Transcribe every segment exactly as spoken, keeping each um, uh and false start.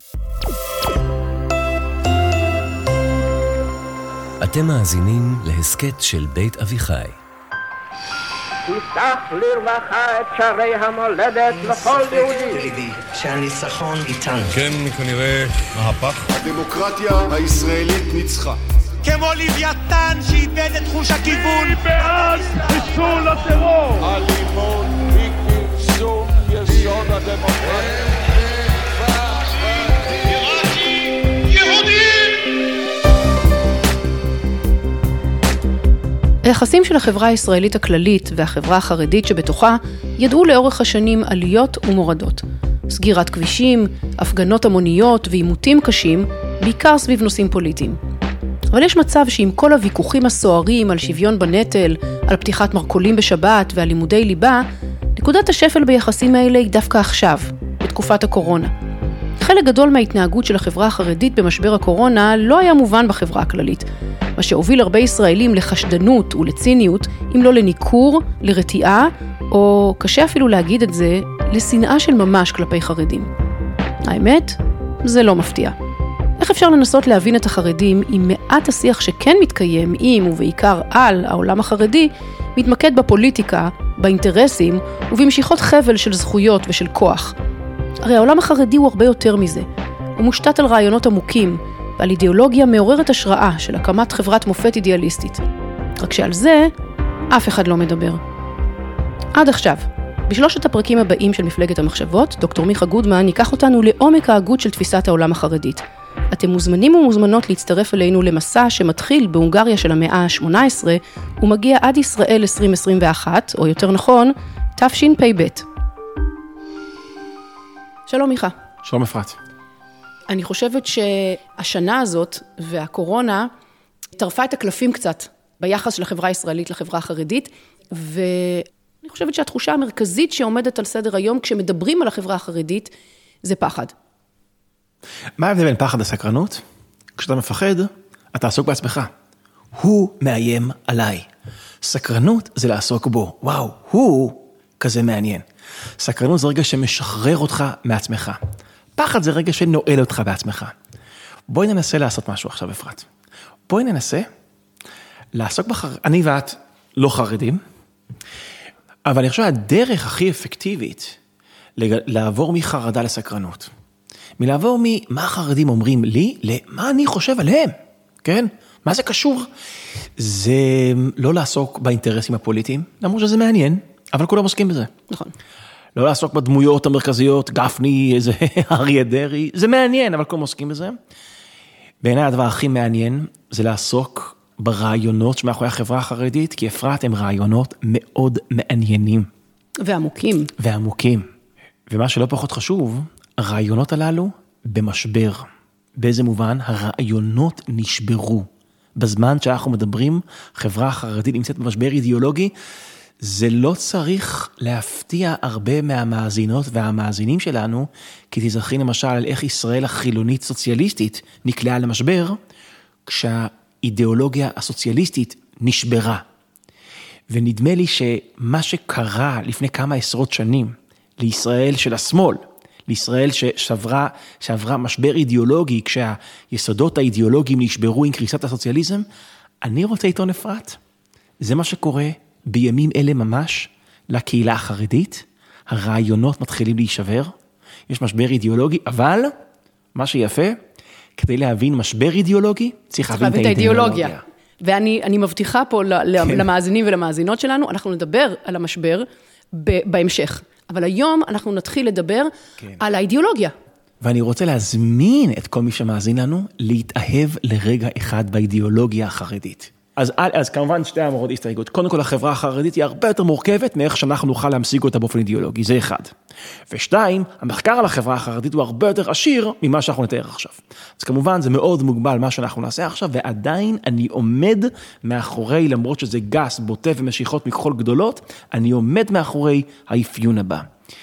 אתם מאזינים להסכת של בית אביחי. תפתח לרווחה את שערי המולדת לכל יהודי. שהניצחון איתנו. כן, כנראה מהפך. הדמוקרטיה הישראלית ניצחה. כמו לוויתן שאיבד את חוש הכיוון. אני בעד חיסול הטרור. אלימות היא כרסום יסוד הדמוקרטיה. היחסים של החברה הישראלית הכללית והחברה החרדית שבתוכה ידעו לאורך השנים עליות ומורדות. סגירת כבישים, הפגנות המוניות ועימותים קשים, בעיקר סביב נושאים פוליטיים. אבל יש מצב שעם כל הוויכוחים הסוערים על שוויון בנטל, על פתיחת מרכולים בשבת ועל לימודי ליבה, נקודת השפל ביחסים האלה היא דווקא עכשיו, בתקופת הקורונה. חלק גדול מההתנהגות של החברה החרדית במשבר הקורונה לא היה מובן בחברה הכללית, מה שהוביל הרבה ישראלים לחשדנות ולציניות, אם לא לניקור, לרתיעה, או קשה אפילו להגיד את זה, לשנאה של ממש כלפי חרדים. האמת, זה לא מפתיע. איך אפשר לנסות להבין את החרדים אם מעט השיח שכן מתקיים עם ובעיקר על העולם החרדי, מתמקד בפוליטיקה, באינטרסים ובמשיכות חבל של זכויות ושל כוח. הרי העולם החרדי הוא הרבה יותר מזה. הוא מושתת על רעיונות עמוקים, ועל אידיאולוגיה מעוררת השראה של הקמת חברת מופת אידיאליסטית. רק שעל זה, אף אחד לא מדבר. עד עכשיו, בשלושת הפרקים הבאים של מפלגת המחשבות, דוקטור מיכה גודמן ייקח אותנו לעומק ההגות של תפיסת העולם החרדית. אתם מוזמנים ומוזמנות להצטרף אלינו למסע שמתחיל בהונגריה של המאה ה-שמונה עשרה, ומגיע עד ישראל עשרים עשרים ואחת, או יותר נכון, תשפ"ב. שלום מיכה. שלום אפרת. אני חושבת שהשנה הזאת והקורונה טרפה את הקלפים קצת ביחס של החברה הישראלית לחברה החרדית, ואני חושבת שהתחושה המרכזית שעומדת על סדר היום כשמדברים על החברה החרדית זה פחד. מה ההבדל בין פחד לסקרנות? כשאתה מפחד, אתה עסוק בעצמך. הוא מאיים עליי. סקרנות זה לעסוק בו. וואו, הוא כזה מעניין. סקרנות זה רגע שמשחרר אותך מעצמך. פחד זה רגע שנועל אותך בעצמך. בואי ננסה לעשות משהו עכשיו, אפרת. בואי ננסה לעסוק בחר... אני ואת לא חרדים, אבל אני חושב שהדרך הכי אפקטיבית לעבור מחרדה לסקרנות. מלעבור ממה החרדים אומרים לי, למה אני חושב עליהם. כן? מה זה קשור? זה לא לעסוק באינטרסים הפוליטיים, למרות שזה מעניין, אבל כולם עוסקים בזה. נכון. לא לעסוק בדמויות המרכזיות, גפני, איזה אריה דרעי, זה מעניין, אבל כולם עוסקים בזה. בעיניי הדבר הכי מעניין זה לעסוק ברעיונות שמאחורי החברה החרדית, כי אפרת הם רעיונות מאוד מעניינים. ועמוקים. ועמוקים. ומה שלא פחות חשוב, הרעיונות הללו במשבר. באיזה מובן? הרעיונות נשברו. בזמן שאנחנו מדברים, חברה החרדית נמצאת במשבר אידיאולוגי, זה לא צריך להפתיע הרבה מהמאזינות והמאזינים שלנו, כי תזכרי למשל על איך ישראל החילונית סוציאליסטית נקלעה למשבר, כשהאידיאולוגיה הסוציאליסטית נשברה. ונדמה לי שמה שקרה לפני כמה עשרות שנים, לישראל של השמאל, לישראל ששברה, שעברה משבר אידיאולוגי, כשהיסודות האידיאולוגיים נשברו עם קריסת הסוציאליזם, אני רוצה עיתון אפרת. זה מה שקורה בימים אלה ממש לקהילה החרדית, הרעיונות מתחילים להישבר, יש משבר אידיאולוגי, אבל מה שיפה, כדי להבין משבר אידיאולוגי, צריך להבין את האידיאולוגיה. ואני אני מבטיחה פה למאזינים ולמאזינות שלנו, אנחנו נדבר על המשבר בהמשך. אבל היום אנחנו נתחיל לדבר על האידיאולוגיה. ואני רוצה להזמין את כל מי שמאזין לנו, להתאהב לרגע אחד באידיאולוגיה החרדית. אז, אז כמובן שתי המורות הסתייגות. קודם כל החברה החרדית היא הרבה יותר מורכבת מאיך שאנחנו נוכל להמשיג אותה באופן אידיאולוגי, זה אחד. ושתיים, המחקר על החברה החרדית הוא הרבה יותר עשיר ממה שאנחנו נתאר עכשיו. אז כמובן זה מאוד מוגבל מה שאנחנו נעשה עכשיו, ועדיין אני עומד מאחורי, למרות שזה גס, בוטה ומשיכות מכחול גדולות, אני עומד מאחורי האפיון הבא.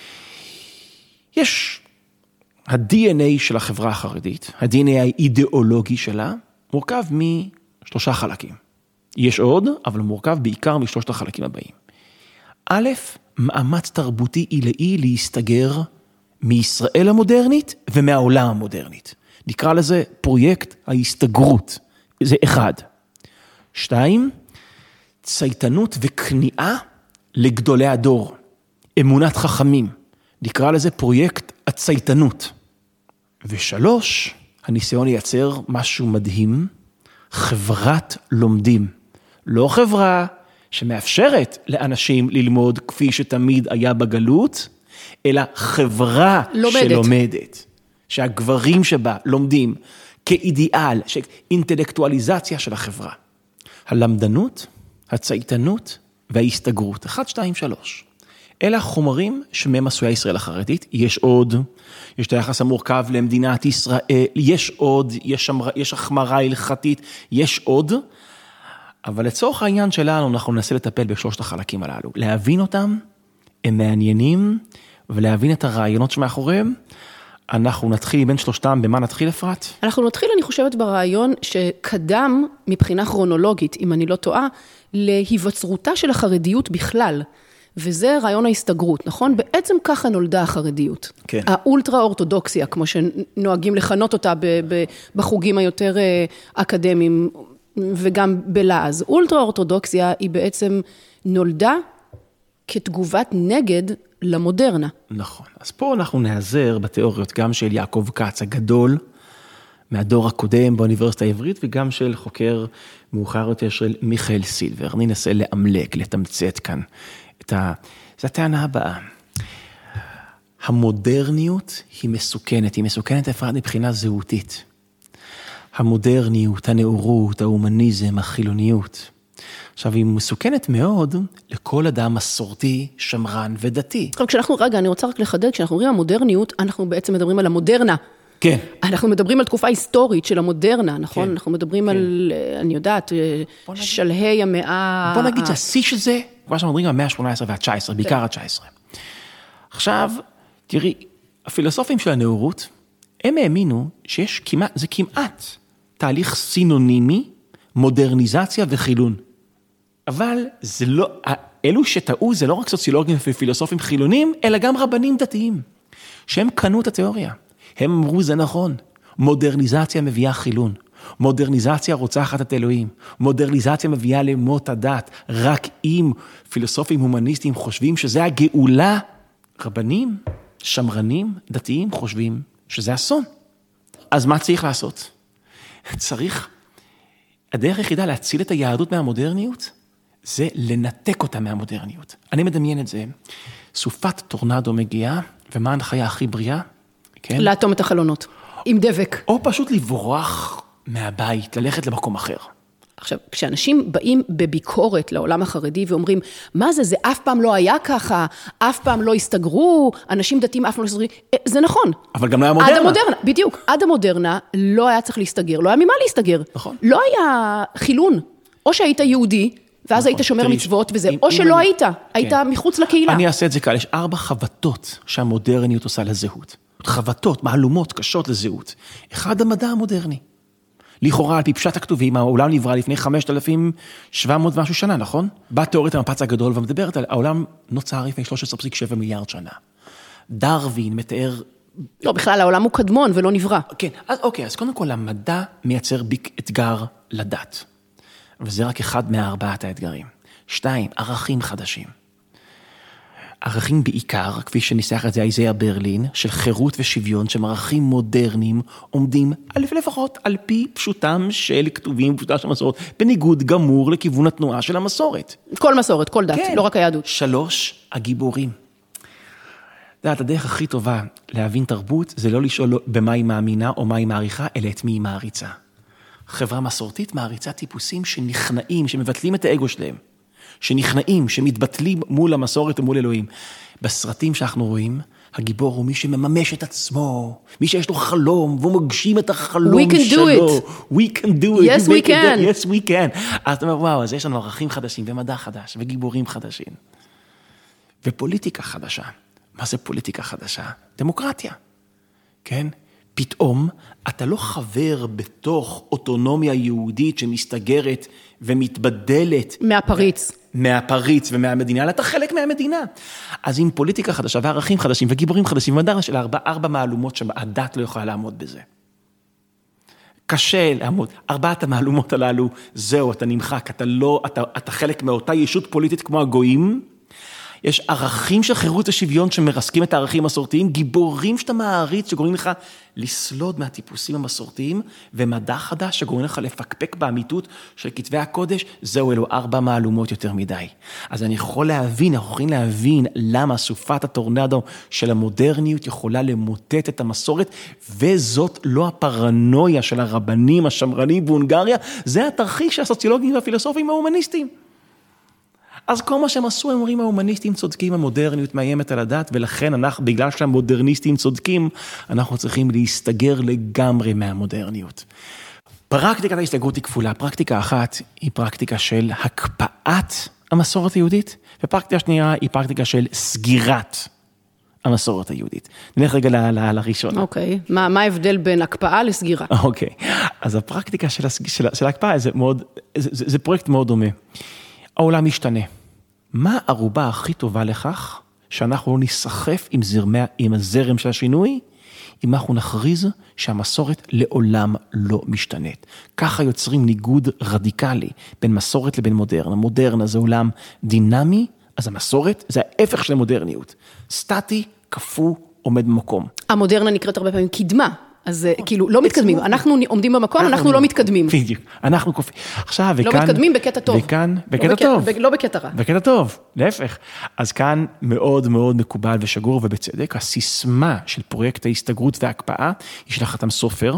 יש ה-די אן איי של החברה החרדית, ה-די אן איי האידיאולוגי שלה, מורכב משלושה חלקים. יש עוד, אבל הוא מורכב בעיקר משלושת החלקים הבאים. א', מאמץ תרבותי עילאי להסתגר מישראל המודרנית ומהעולם המודרנית. נקרא לזה פרויקט ההסתגרות. זה אחד. שתיים, צייתנות וכניעה לגדולי הדור. אמונת חכמים. נקרא לזה פרויקט הצייתנות. ושלוש, הניסיון לייצר משהו מדהים, חברת לומדים. לא חברה שמאפשרת לאנשים ללמוד כפי שתמיד היה בגלות, אלא חברה לומדת. שלומדת. שהגברים שבה לומדים כאידיאל, אינטלקטואליזציה של החברה. הלמדנות, הצייתנות וההסתגרות. אחד, שתיים, שלוש. אלה החומרים שמהם עשויה ישראל החרדית. יש עוד, יש את היחס המורכב למדינת ישראל, יש עוד, יש, שמר, יש החמרה הלכתית, יש עוד, אבל לצורך העניין שלנו אנחנו ננסה לטפל בשלושת החלקים הללו. להבין אותם, הם מעניינים, ולהבין את הרעיונות שמאחוריהם. אנחנו נתחיל בין שלושתם, במה נתחיל אפרת? אנחנו נתחיל, אני חושבת, ברעיון שקדם מבחינה כרונולוגית, אם אני לא טועה, להיווצרותה של החרדיות בכלל. וזה רעיון ההסתגרות, נכון? בעצם ככה נולדה החרדיות. כן. האולטרה-אורתודוקסיה, כמו שנוהגים לכנות אותה בחוגים היותר אקדמיים, וגם בלעז. אולטרה-אורתודוקסיה היא בעצם נולדה כתגובת נגד למודרנה. נכון. אז פה אנחנו נעזר בתיאוריות גם של יעקב כץ הגדול, מהדור הקודם באוניברסיטה העברית, וגם של חוקר מאוחר יותר של מיכאל סילבר. אני אנסה לאמלק, לתמצת כאן את ה... זו הטענה הבאה. המודרניות היא מסוכנת, היא מסוכנת אפרת מבחינה זהותית. המודרניות, הנאורות, ההומניזם, החילוניות. עכשיו, היא מסוכנת מאוד לכל אדם מסורתי, שמרן ודתי. עכשיו, כשאנחנו, רגע, אני רוצה רק לחדד, כשאנחנו אומרים המודרניות, אנחנו בעצם מדברים על המודרנה. כן. אנחנו מדברים על תקופה היסטורית של המודרנה, נכון? כן. אנחנו מדברים כן. על, אני יודעת, שלהי המאה... בוא נגיד שהשיא של זה, כבר שאנחנו מדברים על המאה ה-שמונה עשרה וה-תשע עשרה, בעיקר ה-תשע עשרה. עכשיו, תראי, הפילוסופים של הנאורות, הם האמינו שיש כמעט, זה כמעט תהליך סינונימי, מודרניזציה וחילון. אבל זה לא, אלו שטעו זה לא רק סוציולוגים ופילוסופים חילונים, אלא גם רבנים דתיים, שהם קנו את התיאוריה. הם אמרו זה נכון, מודרניזציה מביאה חילון, מודרניזציה רוצחת את אלוהים, מודרניזציה מביאה למות הדת, רק אם פילוסופים הומניסטיים חושבים שזה הגאולה, רבנים, שמרנים, דתיים חושבים שזה אסון. אז מה צריך לעשות? צריך, הדרך היחידה להציל את היהדות מהמודרניות, זה לנתק אותה מהמודרניות. אני מדמיין את זה, סופת טורנדו מגיעה, ומה ההנחיה הכי בריאה? כן? לאטום את החלונות, עם דבק. או פשוט לברוח מהבית, ללכת למקום אחר. עכשיו, כשאנשים באים בביקורת לעולם החרדי ואומרים, מה זה, זה אף פעם לא היה ככה, אף פעם לא הסתגרו, אנשים דתיים אף פעם לא הסתגרו, זה נכון. אבל גם לא היה מודרנה. עד המודרנה, בדיוק, עד המודרנה לא היה צריך להסתגר, לא היה ממה להסתגר. נכון. לא היה חילון, או שהיית יהודי, ואז נכון. היית שומר תראי, מצוות וזה, אם, או אם שלא אני... היית, כן. היית מחוץ לקהילה. אני אעשה את זה כאלה, יש ארבע חבטות שהמודרניות עושה לזהות. חבטות, מעלומות קשות לזהות. אחד, המדע המודרני. לכאורה, על פי פשט הכתובים, העולם נברא לפני חמשת אלפים שבע מאות ומשהו שנה, נכון? בא תיאוריית המפץ הגדול ומדברת על העולם נוצר לפני שלושה עשר נקודה שבע מיליארד שנה. דרווין מתאר... לא, בכלל העולם הוא קדמון ולא נברא. כן, אז אוקיי, אז קודם כל המדע מייצר ביק אתגר לדת. וזה רק אחד מארבעת האתגרים. שתיים, ערכים חדשים. ערכים בעיקר, כפי שניסח את זה איזיה ברלין, של חירות ושוויון, שהם ערכים מודרניים, עומדים לפחות על פי פשוטם של כתובים, פשוטה של מסורת, בניגוד גמור לכיוון התנועה של המסורת. כל מסורת, כל דת, כן. לא רק היהדות. שלוש, הגיבורים. דעת, הדרך הכי טובה להבין תרבות, זה לא לשאול במה היא מאמינה או מה היא מעריכה, אלא את מי היא מעריצה. חברה מסורתית מעריצה טיפוסים שנכנעים, שמבטלים את האגו שלהם. שנכנעים, שמתבטלים מול המסורת ומול אלוהים. בסרטים שאנחנו רואים, הגיבור הוא מי שמממש את עצמו, מי שיש לו חלום, והוא מגשים את החלום We can שלו. do it. We can do it. Yes, we can. Yes, we can. אז אתה אומר, וואו, אז יש לנו ערכים חדשים, ומדע חדש, וגיבורים חדשים. ופוליטיקה חדשה. מה זה פוליטיקה חדשה? דמוקרטיה. כן? פתאום אתה לא חבר בתוך אוטונומיה יהודית שמסתגרת ומתבדלת. מהפריץ. מהפריץ ומהמדינה, אלא אתה חלק מהמדינה. אז עם פוליטיקה חדשה וערכים חדשים וגיבורים חדשים, ומדע של ארבע, ארבע מהלומות שהדת לא יכולה לעמוד בזה. קשה לעמוד. ארבעת המהלומות הללו, זהו, אתה נמחק, אתה לא, אתה, אתה חלק מאותה ישות פוליטית כמו הגויים, יש ערכים של חירות ושוויון שמרסקים את הערכים המסורתיים, גיבורים שאתה מעריץ שגורמים לך לסלוד מהטיפוסים המסורתיים, ומדע חדש שגורמים לך לפקפק באמיתות של כתבי הקודש, זהו אלו ארבע מהלומות יותר מדי. אז אני יכול להבין, אנחנו יכולים להבין למה סופת הטורנדו של המודרניות יכולה למוטט את המסורת, וזאת לא הפרנויה של הרבנים השמרנים בהונגריה, זה התרחיש הסוציולוגיים והפילוסופיים ההומניסטיים. אז כל מה שהם עשו, הם אומרים, ההומניסטים צודקים, המודרניות מאיימת על הדת, ולכן אנחנו, בגלל שהמודרניסטים צודקים, אנחנו צריכים להסתגר לגמרי מהמודרניות. פרקטיקת ההסתגרות היא כפולה. פרקטיקה אחת היא פרקטיקה של הקפאת המסורת היהודית, ופרקטיקה שנייה היא פרקטיקה של סגירת המסורת היהודית. נלך רגע ל- ל- לראשונה. אוקיי. מה, מה ההבדל בין הקפאה לסגירה? אוקיי. אז הפרקטיקה של, של, של ההקפאה זה מאוד, זה, זה, זה פרויקט מאוד דומה. העולם משתנה. מה הערובה הכי טובה לכך שאנחנו לא נסחף עם, זרמי, עם הזרם של השינוי, אם אנחנו נכריז שהמסורת לעולם לא משתנית. ככה יוצרים ניגוד רדיקלי בין מסורת לבין מודרנה. מודרנה זה עולם דינמי, אז המסורת זה ההפך של המודרניות. סטטי, קפוא, עומד במקום. המודרנה נקראת הרבה פעמים קדמה. אז כאילו, לא מתקדמים. אנחנו עומדים במקום, אנחנו לא מתקדמים. בדיוק. אנחנו קופים. עכשיו, וכאן... לא מתקדמים בקטע טוב. וכאן, בקטע טוב. לא בקטע רע. בקטע טוב, להפך. אז כאן מאוד מאוד מקובל ושגור ובצדק, הסיסמה של פרויקט ההסתגרות וההקפאה, היא של החתם סופר,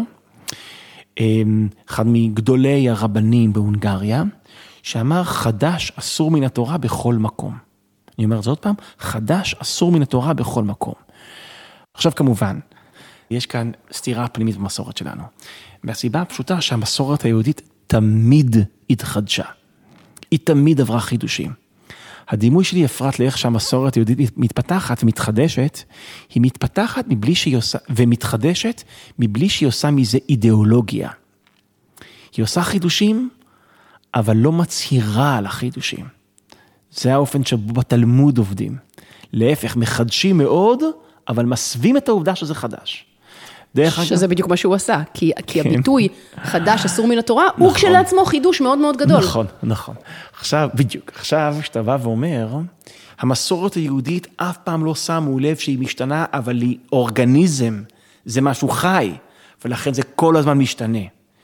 אחד מגדולי הרבנים בהונגריה, שאמר, חדש אסור מן התורה בכל מקום. אני אומר את זה עוד פעם, חדש אסור מן התורה בכל מקום. עכשיו כמובן, יש כאן סתירה פנימית במסורת שלנו. מהסיבה הפשוטה שהמסורת היהודית תמיד התחדשה. היא תמיד עברה חידושים. הדימוי שלי אפרת לאיך שהמסורת היהודית מתפתחת ומתחדשת, היא מתפתחת מבלי שהיא עושה, ומתחדשת מבלי שהיא עושה מזה אידיאולוגיה. היא עושה חידושים, אבל לא מצהירה על החידושים. זה האופן שבו בתלמוד עובדים. להפך, מחדשים מאוד, אבל מסווים את העובדה שזה חדש. שזה בדיוק מה שהוא עשה, כי, כי הביטוי חדש אסור מן התורה, הוא כשלעצמו חידוש מאוד מאוד גדול. נכון, נכון. עכשיו, בדיוק, עכשיו שאתה בא ואומר, המסורת היהודית אף פעם לא שמו לב שהיא משתנה, אבל היא אורגניזם, זה משהו חי, ולכן זה כל הזמן משתנה.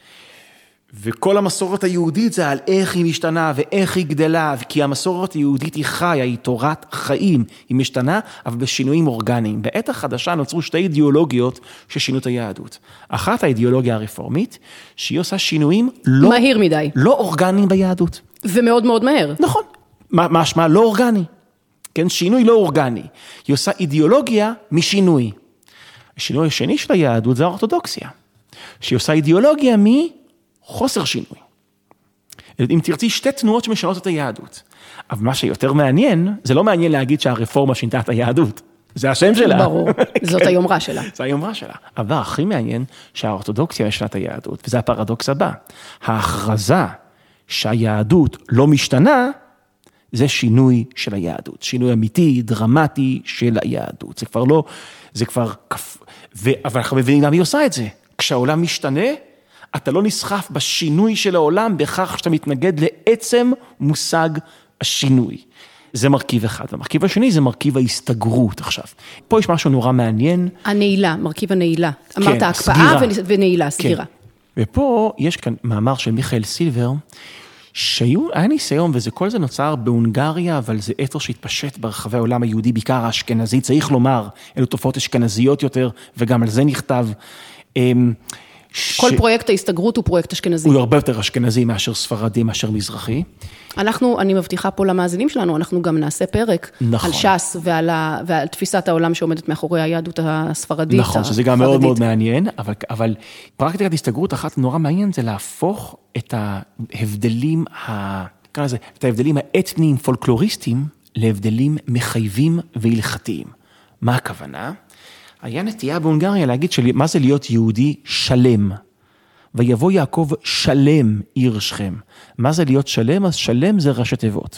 וכל המסורת היהודית זה על איך היא משתנה ואיך היא גדלה, כי המסורת היהודית היא חיה, היא תורת חיים, היא משתנה, אבל בשינויים אורגניים. בעת החדשה נוצרו שתי אידיאולוגיות ששינו את היהדות. אחת האידיאולוגיה הרפורמית, שהיא עושה שינויים לא, מהיר מדי. לא אורגניים ביהדות. ומאוד מאוד מהר. נכון. משמע לא אורגני. כן, שינוי לא אורגני. היא עושה אידיאולוגיה משינוי. השינוי השני של היהדות זה האורתודוקסיה. שהיא עושה אידיאולוגיה מ... חוסר שינוי. אם תרצי שתי תנועות שמשנות את היהדות. אבל מה שיותר מעניין, זה לא מעניין להגיד שהרפורמה שינתה את היהדות. זה השם שלה. ברור, זאת היומרה שלה. זה היומרה שלה. אבל הכי מעניין שהאורתודוקסיה משנה את היהדות, וזה הפרדוקס הבא. ההכרזה שהיהדות לא משתנה, זה שינוי של היהדות. שינוי אמיתי, דרמטי של היהדות. זה כבר לא, זה כבר, ו... אבל אנחנו מבינים למה היא עושה את זה. כשהעולם משתנה, אתה לא נסחף בשינוי של העולם, בכך שאתה מתנגד לעצם מושג השינוי. זה מרכיב אחד. המרכיב השני זה מרכיב ההסתגרות עכשיו. פה יש משהו נורא מעניין. הנעילה, מרכיב הנעילה. אמרת כן, הקפאה ונעילה, סגירה. כן. ופה יש כאן מאמר של מיכאל סילבר, שהיה ניסיון, וזה כל זה נוצר בהונגריה, אבל זה אתר שהתפשט ברחבי העולם היהודי, בעיקר האשכנזי, צריך לומר, אלו תופעות אשכנזיות יותר, וגם על זה נכתב. כל ש... פרויקט ההסתגרות הוא פרויקט אשכנזי. הוא הרבה יותר אשכנזי מאשר ספרדי, מאשר מזרחי. אנחנו, אני מבטיחה פה למאזינים שלנו, אנחנו גם נעשה פרק נכון. על ש"ס ועל, ה... ועל תפיסת העולם שעומדת מאחורי היהדות הספרדית. נכון, שזה גם מאוד מאוד מעניין, אבל, אבל פרקטיקת הסתגרות אחת נורא מעניין, זה להפוך את ההבדלים, ה... לזה, את ההבדלים האתניים פולקלוריסטיים, להבדלים מחייבים והלכתיים. מה הכוונה? היה נטייה בהונגריה להגיד מה זה להיות יהודי שלם. ויבוא יעקב שלם עיר שכם. מה זה להיות שלם? אז שלם זה ראשי תיבות.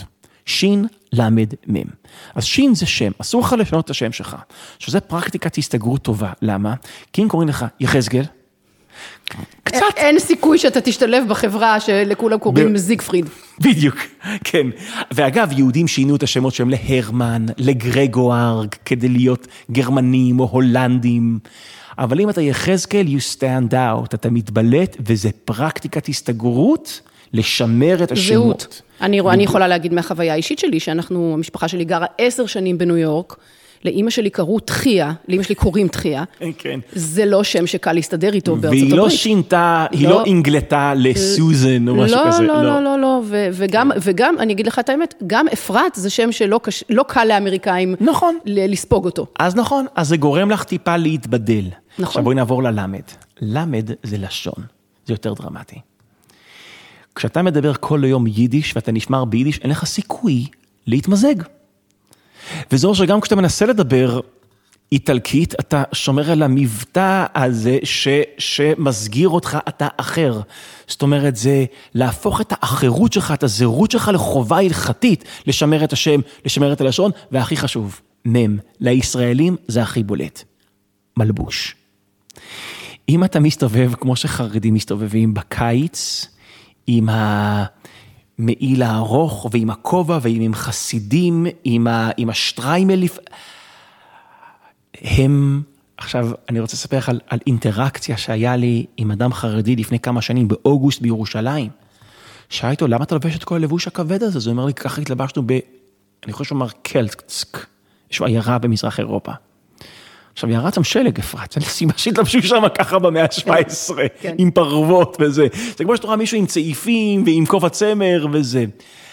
שין למד מם. אז שין זה שם, אסור לך לשנות את השם שלך, שזה פרקטיקת הסתגרות טובה. למה? כי אם קוראים לך יחזקאל, קצת... אין סיכוי שאתה תשתלב בחברה שלכולם קוראים זיגפריד. בדיוק, כן. ואגב, יהודים שינו את השמות שלהם להרמן, לגרגואר, כדי להיות גרמנים או הולנדים. אבל אם אתה יחזקאל, you stand out, אתה מתבלט, וזה פרקטיקת הסתגרות לשמר את השמות. זהות. אני, אני יכולה להגיד מהחוויה האישית שלי, שאנחנו, המשפחה שלי גרה עשר שנים בניו יורק, לאמא שלי קראו תחיה, לאמא שלי קוראים תחיה. כן. זה לא שם שקל להסתדר איתו בארצות הברית. והיא לא שינתה, היא לא אינגלתה לסוזן או משהו כזה. לא, לא, לא, לא, וגם, וגם, אני אגיד לך את האמת, גם אפרת זה שם שלא קל לאמריקאים לספוג אותו. אז נכון, אז זה גורם לך טיפה להתבדל. נכון. עכשיו בואי נעבור ללמד. למד זה לשון, זה יותר דרמטי. כשאתה מדבר כל היום יידיש ואתה נשמר ביידיש, אין לך סיכוי להתמזג. וזה אומר שגם כשאתה מנסה לדבר איטלקית, אתה שומר על המבטא הזה ש, שמסגיר אותך, אתה אחר. זאת אומרת, זה להפוך את האחרות שלך, את הזהות שלך לחובה הלכתית, לשמר את השם, לשמר את הלשון, והכי חשוב, מם, לישראלים זה הכי בולט. מלבוש. אם אתה מסתובב כמו שחרדים מסתובבים בקיץ, עם המעיל הארוך, ועם הכובע, ועם חסידים, עם, ה, עם השטריימל, הם, עכשיו אני רוצה לספר על, על אינטראקציה שהיה לי עם אדם חרדי לפני כמה שנים, באוגוסט בירושלים, שאלה איתו, למה אתה לבש את כל הלבוש הכבד הזה? זה אומר לי, ככה התלבשנו ב, אני חושב שאומר קלטסק, יש עיירה במזרח אירופה. עכשיו, ירד שם שלג, אפרת, זה סיבה שהתלבשו שם ככה במאה ה-שבע עשרה, עם פרוות וזה. זה כמו שאתה רואה מישהו עם צעיפים ועם כובע צמר וזה.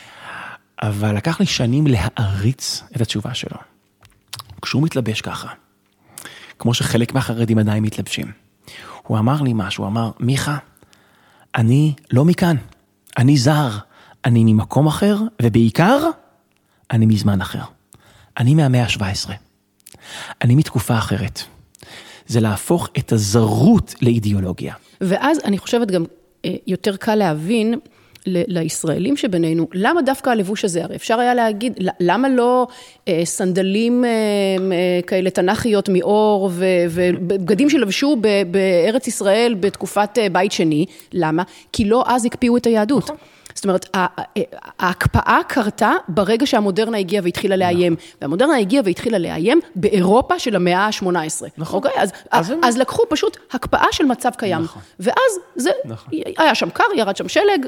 אבל לקח לי שנים להעריץ את התשובה שלו. כשהוא מתלבש ככה, כמו שחלק מהחרדים עדיין מתלבשים, הוא אמר לי משהו, הוא אמר, מיכה, אני לא מכאן, אני זר, אני ממקום אחר, ובעיקר, אני מזמן אחר. אני מהמאה ה-שבע עשרה. אני מתקופה אחרת. זה להפוך את הזרות לאידיאולוגיה. ואז אני חושבת גם יותר קל להבין לישראלים שבינינו, למה דווקא הלבוש הזה? הרי אפשר היה להגיד, למה לא סנדלים כאלה תנכיות מאור ובגדים שלבשו בארץ ישראל בתקופת בית שני? למה? כי לא אז הקפיאו את היהדות. זאת אומרת, ההקפאה קרתה ברגע שהמודרנה הגיעה והתחילה לאיים, והמודרנה הגיעה והתחילה לאיים באירופה של המאה ה-שמונה עשרה. נכון. אז לקחו פשוט הקפאה של מצב קיים, ואז זה, היה שם קר, ירד שם שלג,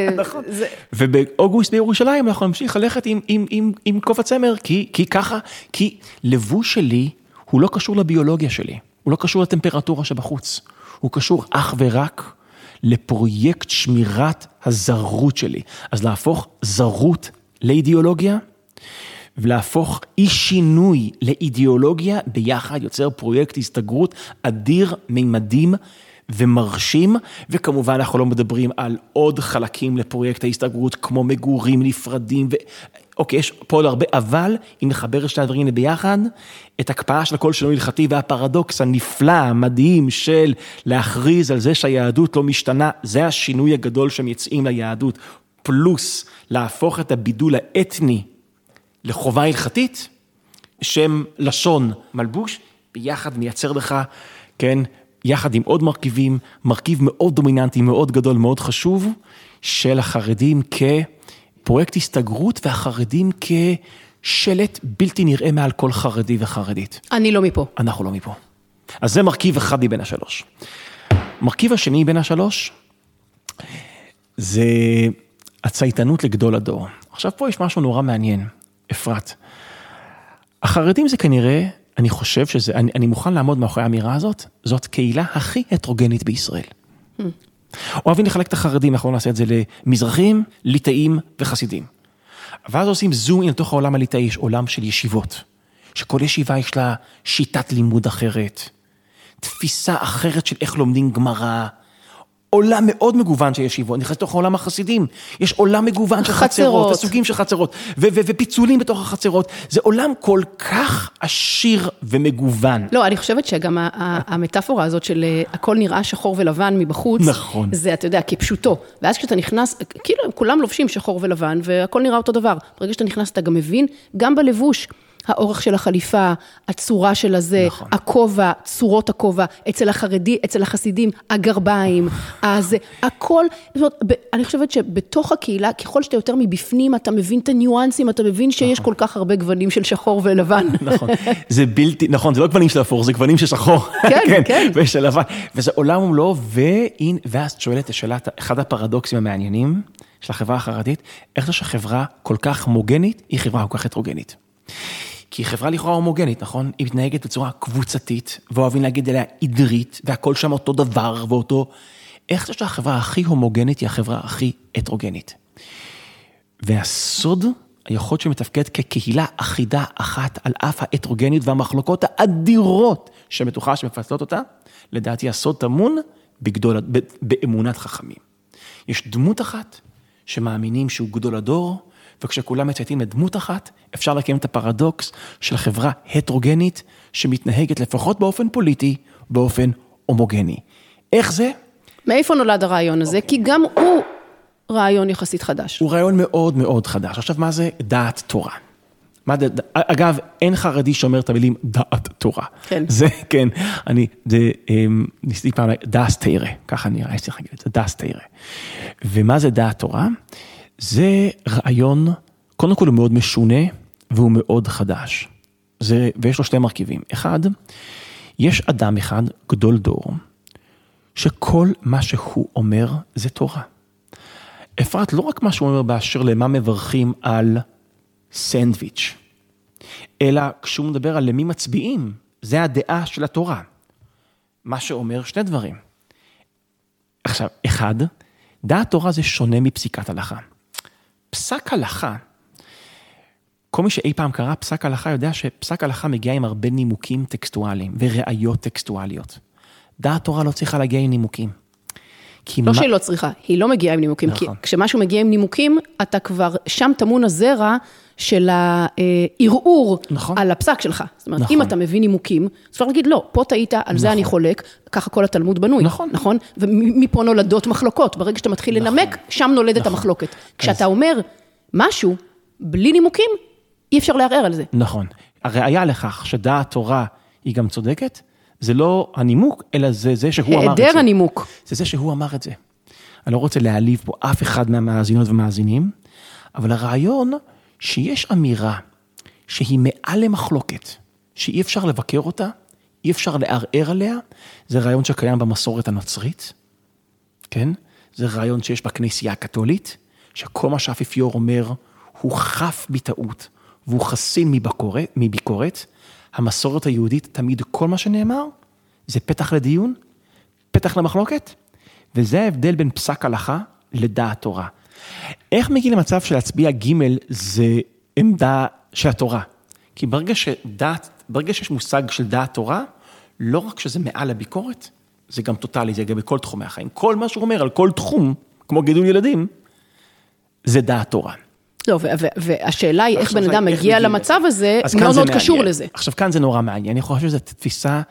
ובאוגוסט בירושלים אנחנו נמשיך ללכת עם כובע צמר, כי ככה, כי לבוש שלי הוא לא קשור לביולוגיה שלי, הוא לא קשור לטמפרטורה שבחוץ, הוא קשור אך ורק לפרויקט שמירת הזרות שלי. אז להפוך זרות לאידיאולוגיה, ולהפוך אי שינוי לאידיאולוגיה, ביחד יוצר פרויקט הסתגרות אדיר, מימדים ומרשים, וכמובן אנחנו לא מדברים על עוד חלקים לפרויקט ההסתגרות, כמו מגורים נפרדים, ו... אוקיי, יש פה עוד הרבה, אבל אם נחבר את שני הדברים ביחד, את הקפאה של הכל שלנו הלכתי, והפרדוקס הנפלא, המדהים של להכריז על זה שהיהדות לא משתנה, זה השינוי הגדול שהם יצאים ליהדות, פלוס להפוך את הבידול האתני לחובה הלכתית, שם לשון מלבוש, ביחד מייצר לך, כן, יחד עם עוד מרכיבים, מרכיב מאוד דומיננטי, מאוד גדול, מאוד חשוב, של החרדים כפרויקט הסתגרות, והחרדים כשלט בלתי נראה מעל כל חרדי וחרדית. אני לא מפה. אנחנו לא מפה. אז זה מרכיב אחד מבין השלוש. מרכיב השני בין השלוש, זה הצייתנות לגדול הדור. עכשיו פה יש משהו נורא מעניין, אפרת. החרדים זה כנראה, אני חושב שזה, אני, אני מוכן לעמוד מאחורי האמירה הזאת, זאת קהילה הכי הטרוגנית בישראל. Hmm. אוהבים לחלק את החרדים, אנחנו נעשה את זה למזרחים, ליטאים וחסידים. ואז עושים זום לתוך העולם הליטאי, יש עולם של ישיבות, שכל ישיבה יש לה שיטת לימוד אחרת, תפיסה אחרת של איך לומדים גמרא, עולם מאוד מגוון של ישיבות, נכנס לתוך העולם החסידים, יש עולם מגוון של חצרות, וסוגים של חצרות, ו- ו- ופיצולים בתוך החצרות, זה עולם כל כך עשיר ומגוון. לא, אני חושבת שגם המטאפורה הזאת של הכל נראה שחור ולבן מבחוץ, נכון. זה, אתה יודע, כפשוטו, ואז כשאתה נכנס, כאילו כולם לובשים שחור ולבן, והכל נראה אותו דבר, ברגע שאתה נכנס, אתה גם מבין, גם בלבוש, האורך של החליפה, הצורה של הזה, נכון. הכובע, צורות הכובע, אצל החרדי, אצל החסידים, הגרביים, אז הכל, זאת, אני חושבת שבתוך הקהילה, ככל שאתה יותר מבפנים, אתה מבין את הניואנסים, אתה מבין שיש נכון. כל כך הרבה גוונים של שחור ולבן. נכון, זה בלתי, נכון, זה לא גוונים של אפור, זה גוונים של שחור. כן, כן. כן. ושל לבן, וזה עולם ומלואו, ואין, ואז שואלת השאלת, אחד הפרדוקסים המעניינים של החברה החרדית, איך זה שחברה כל כך הומוגנית, היא חברה כל כך הטרוגנית. כי חברה לכאורה הומוגנית, נכון? היא מתנהגת בצורה קבוצתית, ואוהבים להגיד עליה עדרית, והכל שם אותו דבר ואותו... איך זה שהחברה הכי הומוגנית היא החברה הכי הטרוגנית? והסוד, היכולת שמתפקד כקהילה אחידה אחת על אף ההטרוגניות והמחלוקות האדירות שמתוחה שמפצלות אותה, לדעתי הסוד טמון בגדול, באמונת חכמים. יש דמות אחת שמאמינים שהוא גדול הדור, וכשכולם מצייתים לדמות אחת, אפשר לקיים את הפרדוקס של חברה הטרוגנית, שמתנהגת לפחות באופן פוליטי, באופן הומוגני. איך זה? מאיפה נולד הרעיון הזה? כי גם הוא רעיון יחסית חדש. הוא רעיון מאוד מאוד חדש. עכשיו, מה זה דעת תורה? מה זה, אגב, אין חרדי שאומר את המילים דעת תורה. כן. זה, כן, אני, זה, ניסיתי פעם, דעת תירא, ככה נראה, יש לי להגיד את זה, דעת תירא. ומה זה דעת תורה? זה רעיון, קודם כל הוא מאוד משונה, והוא מאוד חדש. זה, ויש לו שתי מרכיבים. אחד, יש אדם אחד, גדול דור, שכל מה שהוא אומר זה תורה. אפרת, לא רק מה שהוא אומר באשר למה מברכים על סנדוויץ', אלא כשהוא מדבר על למי מצביעים, זה הדעה של התורה. מה שאומר שני דברים. עכשיו, אחד, דעת תורה זה שונה מפסיקת הלכה. פסק הלכה, כל מי שאי פעם קרא פסק הלכה יודע שפסק הלכה מגיע עם הרבה נימוקים טקסטואליים וראיות טקסטואליות. דעת תורה לא צריכה להגיע עם נימוקים. לא מה... שהיא לא צריכה, היא לא מגיעה עם נימוקים, נכון. כי כשמשהו מגיע עם נימוקים, אתה כבר שם תמון הזרע של הערעור נכון. על הפסק שלך. זאת אומרת, נכון. אם אתה מביא נימוקים, אז אפשר להגיד, לא, פה טעית, על נכון. זה אני חולק, ככה כל התלמוד בנוי, נכון? נכון? ומפה נולדות מחלוקות, ברגע שאתה מתחיל נכון. לנמק, שם נולדת נכון. המחלוקת. אז... כשאתה אומר משהו, בלי נימוקים, אי אפשר לערער על זה. נכון. הראיה לכך שדעת תורה היא גם צודקת, זה לא הנימוק, אלא זה זה שהוא אמר את זה. היעדר הנימוק. זה זה שהוא אמר את זה. אני לא רוצה להעליב פה אף אחד מהמאזינות ומאזינים, אבל הרעיון שיש אמירה שהיא מעל למחלוקת, שאי אפשר לבקר אותה, אי אפשר לערער עליה, זה רעיון שקיים במסורת הנוצרית, כן? זה רעיון שיש בכנסייה הקתולית, שכל מה שהאפיפיור אומר הוא חף בטעות, והוא חסין מביקורת, מביקורת, המסורת היהודית תמיד כל מה שנאמר, זה פתח לדיון, פתח למחלוקת, וזה ההבדל בין פסק הלכה לדעת תורה. איך מגיע למצב של להצביע ג' זה עמדה של התורה? כי ברגע שדעת, ברגע שיש מושג של דעת תורה, לא רק שזה מעל הביקורת, זה גם טוטלי, זה גם בכל תחומי החיים. כל מה שהוא אומר על כל תחום, כמו גידול ילדים, זה דעת תורה. לא, והשאלה היא איך בן אדם מגיע למצב הזה, מאוד מאוד קשור לזה. עכשיו כאן זה נורא מעניין, אני חושב שזו תפיסה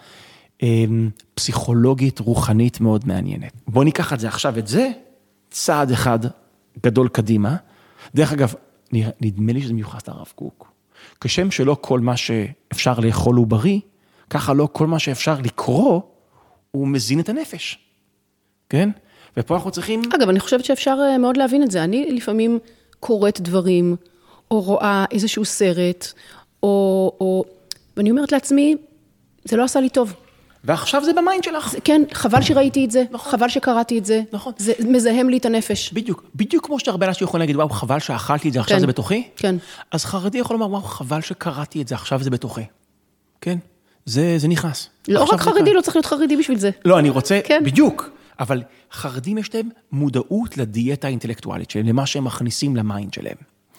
פסיכולוגית, רוחנית מאוד מעניינת. בואו ניקח את זה עכשיו, את זה, צעד אחד גדול קדימה. דרך אגב, נדמה לי שזה מיוחס לרב קוק. כשם שלא כל מה שאפשר לאכול הוא בריא, ככה לא כל מה שאפשר לקרוא, הוא מזין את הנפש. כן? ופה אנחנו צריכים... אגב, אני חושבת שאפשר מאוד להבין את זה. אני לפעמים... קוראת דברים, או רואה איזשהו סרט, או, או, ואני אומרת לעצמי, זה לא עשה לי טוב. ועכשיו זה במיינד שלך. כן, חבל שראיתי את זה, נכון. חבל שקראתי את זה, נכון. זה מזהם לי את הנפש. בדיוק, בדיוק כמו שהרבה אנשים יכולים להגיד, וואו, חבל שאכלתי את זה, עכשיו כן. זה בתוכי. כן. אז חרדי יכול לומר, וואו, חבל שקראתי את זה, עכשיו זה בתוכי. כן, זה, זה נכנס. לא רק חרדי, לא צריך להיות חרדי בשביל זה. לא, אני רוצה, כן. בדיוק. אבל חרדים יש להם מודעות לדיאטה האינטלקטואלית שלהם, למה שהם מכניסים למיינד שלהם.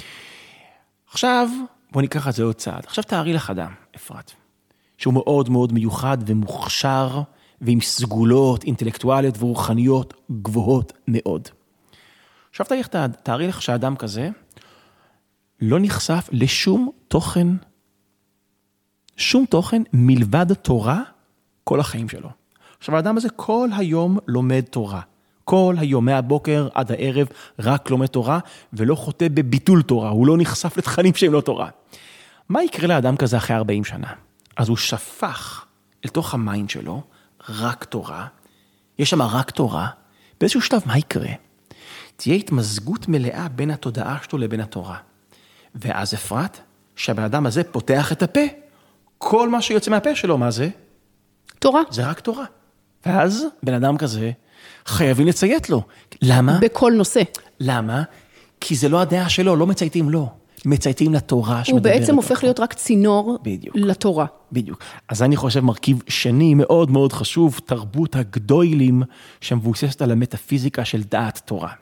עכשיו, בוא ניקח את זה עוד צעד. עכשיו תארי לך אדם, אפרת, שהוא מאוד מאוד מיוחד ומוכשר ועם סגולות אינטלקטואליות ורוחניות גבוהות מאוד. עכשיו תארי לך שהאדם כזה לא נחשף לשום תוכן, שום תוכן מלבד תורה כל החיים שלו. עכשיו האדם הזה כל היום לומד תורה. כל היום, מהבוקר עד הערב, רק לומד תורה, ולא חוטא בביטול תורה, הוא לא נחשף לתכנים שהם לא תורה. מה יקרה לאדם כזה אחרי ארבעים שנה? אז הוא שפך אל תוך המיינד שלו, רק תורה, יש שם רק תורה, באיזשהו שלב מה יקרה? תהיה התמזגות מלאה בין התודעה שלו לבין התורה. ואז אפרת, שהבן אדם הזה פותח את הפה, כל מה שיוצא מהפה שלו, מה זה? תורה. זה רק תורה. ואז בן אדם כזה, חייבים לציית לו. למה? בכל נושא. למה? כי זה לא הדעה שלו, לא מצייתים לו. מצייתים לתורה שמדברת. הוא בעצם הופך להיות רק צינור בדיוק. לתורה. בדיוק. אז אני חושב מרכיב שני מאוד מאוד חשוב, תרבות הגדולים שמבוססת על המטאפיזיקה של דעת תורה.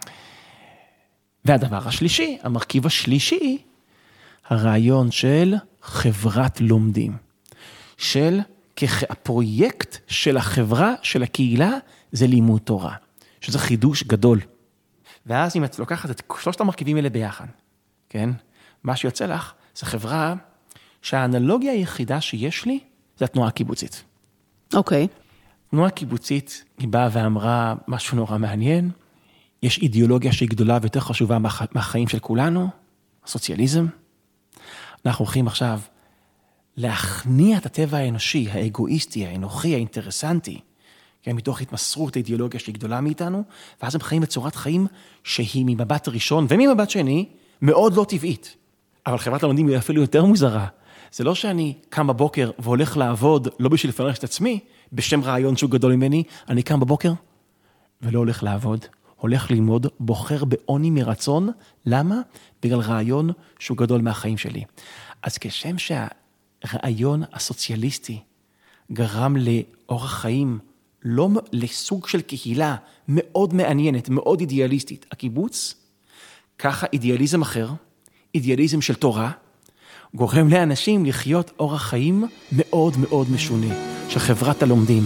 והדבר השלישי, המרכיב השלישי, הרעיון של חברת לומדים. של הפרויקט של החברה, של הקהילה, זה לימוד תורה. שזה חידוש גדול. ואז אם את לוקחת את שלושת המרכיבים האלה ביחד, כן? מה שיוצא לך, זה חברה שהאנלוגיה היחידה שיש לי, זה התנועה הקיבוצית. אוקיי. תנועה קיבוצית, היא באה ואמרה משהו נורא מעניין, יש אידיאולוגיה שהיא גדולה ויותר חשובה מהחיים של כולנו, הסוציאליזם. אנחנו הולכים עכשיו להכניע את הטבע האנושי, האגואיסטי, האנוכי, האינטרסנטי, כן, מתוך התמסרות האידיאולוגיה שהיא גדולה מאיתנו, ואז הם חיים בצורת חיים שהיא ממבט ראשון וממבט שני, מאוד לא טבעית. אבל חברת הלומדים היא אפילו יותר מוזרה. זה לא שאני קם בבוקר והולך לעבוד, לא בשביל לפרנס את עצמי, בשם רעיון שהוא גדול ממני, אני קם בבוקר ולא הולך לעבוד, הולך ללמוד, בוחר בעוני מרצון. למה? בגלל רעיון שהוא גדול מהחיים שלי. אז כשם שהרעיון הסוציאליסטי גרם לאורח חיים, לא לסוג של קהילה מאוד מעניינת, מאוד אידיאליסטית, הקיבוץ, ככה אידיאליזם אחר, אידיאליזם של תורה, גורם לאנשים לחיות אורח חיים מאוד מאוד משונה, של חברת הלומדים.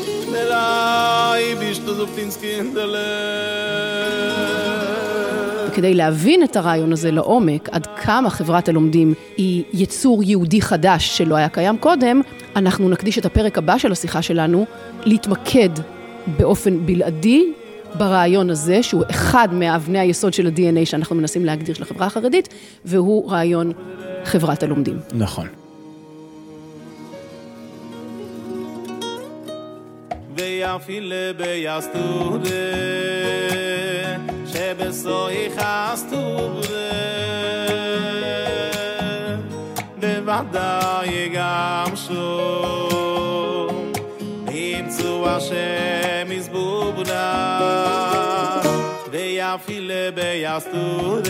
כדי להבין את הרעיון הזה לעומק, עד כמה חברת הלומדים היא יצור יהודי חדש שלא היה קיים קודם, אנחנו נקדיש את הפרק הבא של השיחה שלנו להתמקד באופן בלעדי ברעיון הזה, שהוא אחד מאבני היסוד של ה-די אן איי שאנחנו מנסים להגדיר של החברה החרדית, והוא רעיון חברת הלומדים. נכון. ויפיל ביסטוד שבסוי חסטוד בוודאי גם שום ימצאו השם יזבובנה ויפיל ביסטוד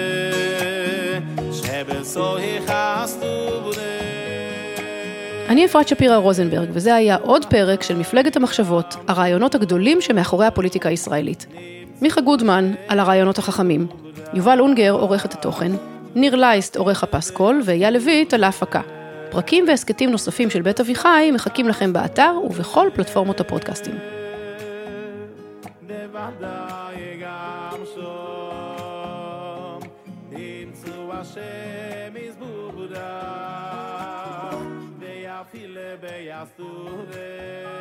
שבסוי חסטוד. אני אפרת שפירא רוזנברג, וזה היה עוד פרק של מפלגת המחשבות, הרעיונות הגדולים שמאחורי הפוליטיקה הישראלית. מיכה גודמן על הרעיונות החכמים, יובל אונגר עורך את התוכן, ניר לייסט עורך הפסקול, ואייל לויט על ההפקה. פרקים והסקטים נוספים של בית אביחי מחכים לכם באתר ובכל פלטפורמות הפודקאסטים. Feel it, be a student.